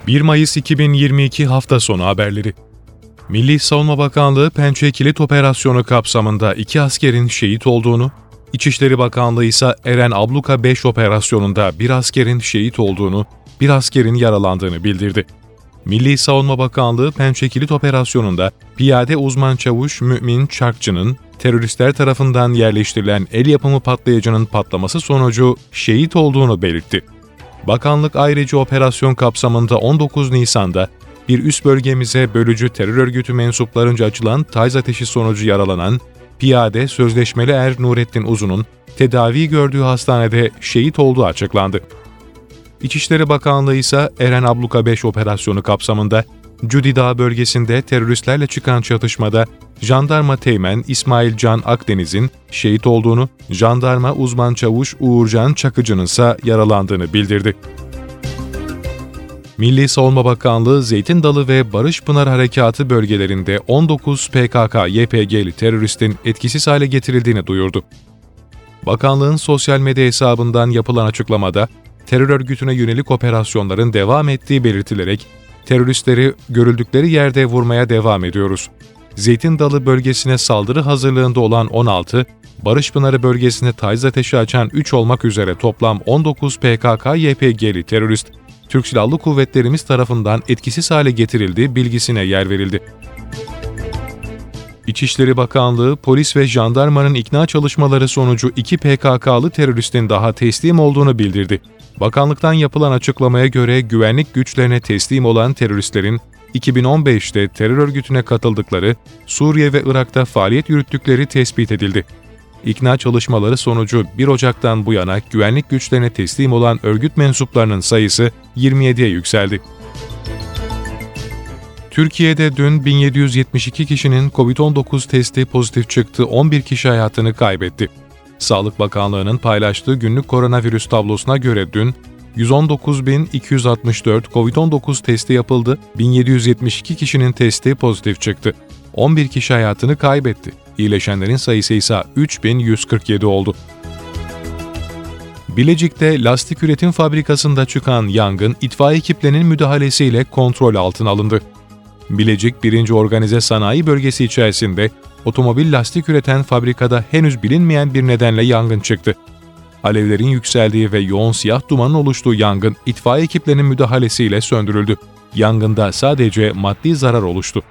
1 Mayıs 2022 hafta sonu haberleri. Milli Savunma Bakanlığı Pençe Kilit Operasyonu kapsamında 2 askerin şehit olduğunu, İçişleri Bakanlığı ise Eren Abluka 5 operasyonunda 1 askerin şehit olduğunu, 1 askerin yaralandığını bildirdi. Milli Savunma Bakanlığı Pençe Kilit Operasyonu'nda piyade uzman çavuş Mümin Çarkçı'nın teröristler tarafından yerleştirilen el yapımı patlayıcının patlaması sonucu şehit olduğunu belirtti. Bakanlık ayrıca operasyon kapsamında 19 Nisan'da bir üst bölgemize bölücü terör örgütü mensuplarınca açılan taciz ateşi sonucu yaralanan piyade sözleşmeli er Nurettin Uzun'un tedavi gördüğü hastanede şehit olduğu açıklandı. İçişleri Bakanlığı ise Eren Abluka 5 operasyonu kapsamında Cudi Dağı bölgesinde teröristlerle çıkan çatışmada Jandarma Teğmen İsmail Can Akdeniz'in şehit olduğunu, Jandarma Uzman Çavuş Uğurcan Çakıcı'nın ise yaralandığını bildirdi. Milli Savunma Bakanlığı Zeytin Dalı ve Barışpınar Harekatı bölgelerinde 19 PKK-YPG'li teröristin etkisiz hale getirildiğini duyurdu. Bakanlığın sosyal medya hesabından yapılan açıklamada, terör örgütüne yönelik operasyonların devam ettiği belirtilerek, teröristleri görüldükleri yerde vurmaya devam ediyoruz. Zeytin Dalı bölgesine saldırı hazırlığında olan 16, Barışpınarı bölgesine taciz ateşi açan 3 olmak üzere toplam 19 PKK-YPG'li terörist, Türk Silahlı Kuvvetlerimiz tarafından etkisiz hale getirildiği bilgisine yer verildi. İçişleri Bakanlığı, polis ve jandarmanın ikna çalışmaları sonucu 2 PKK'lı teröristin daha teslim olduğunu bildirdi. Bakanlıktan yapılan açıklamaya göre güvenlik güçlerine teslim olan teröristlerin 2015'te terör örgütüne katıldıkları, Suriye ve Irak'ta faaliyet yürüttükleri tespit edildi. İkna çalışmaları sonucu 1 Ocak'tan bu yana güvenlik güçlerine teslim olan örgüt mensuplarının sayısı 27'ye yükseldi. Türkiye'de dün 1772 kişinin COVID-19 testi pozitif çıktı, 11 kişi hayatını kaybetti. Sağlık Bakanlığı'nın paylaştığı günlük koronavirüs tablosuna göre dün 119.264 COVID-19 testi yapıldı, 1772 kişinin testi pozitif çıktı. 11 kişi hayatını kaybetti. İyileşenlerin sayısı ise 3147 oldu. Bilecik'te lastik üretim fabrikasında çıkan yangın itfaiye ekiplerinin müdahalesiyle kontrol altına alındı. Bilecik 1. Organize Sanayi Bölgesi içerisinde otomobil lastik üreten fabrikada henüz bilinmeyen bir nedenle yangın çıktı. Alevlerin yükseldiği ve yoğun siyah dumanın oluştuğu yangın itfaiye ekiplerinin müdahalesiyle söndürüldü. Yangında sadece maddi zarar oluştu.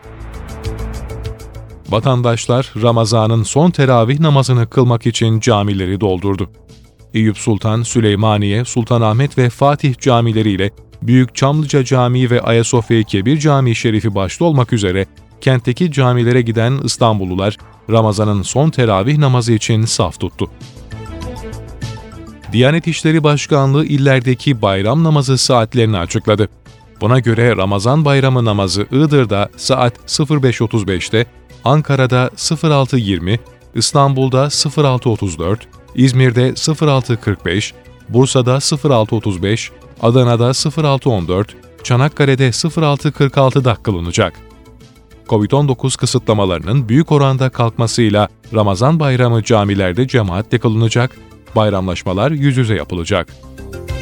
Vatandaşlar Ramazan'ın son teravih namazını kılmak için camileri doldurdu. Eyüp Sultan, Süleymaniye, Sultanahmet ve Fatih camileriyle Büyük Çamlıca Camii ve Ayasofya Kebir Camii Şerifi başta olmak üzere kentteki camilere giden İstanbullular Ramazan'ın son teravih namazı için saf tuttu. Diyanet İşleri Başkanlığı illerdeki bayram namazı saatlerini açıkladı. Buna göre Ramazan bayramı namazı Iğdır'da saat 05.35'te, Ankara'da 06.20, İstanbul'da 06.34, İzmir'de 06.45, Bursa'da 06.35, Adana'da 06.14, Çanakkale'de 06.46'da kılınacak. Covid-19 kısıtlamalarının büyük oranda kalkmasıyla Ramazan bayramı camilerde cemaatle kılınacak, bayramlaşmalar yüz yüze yapılacak.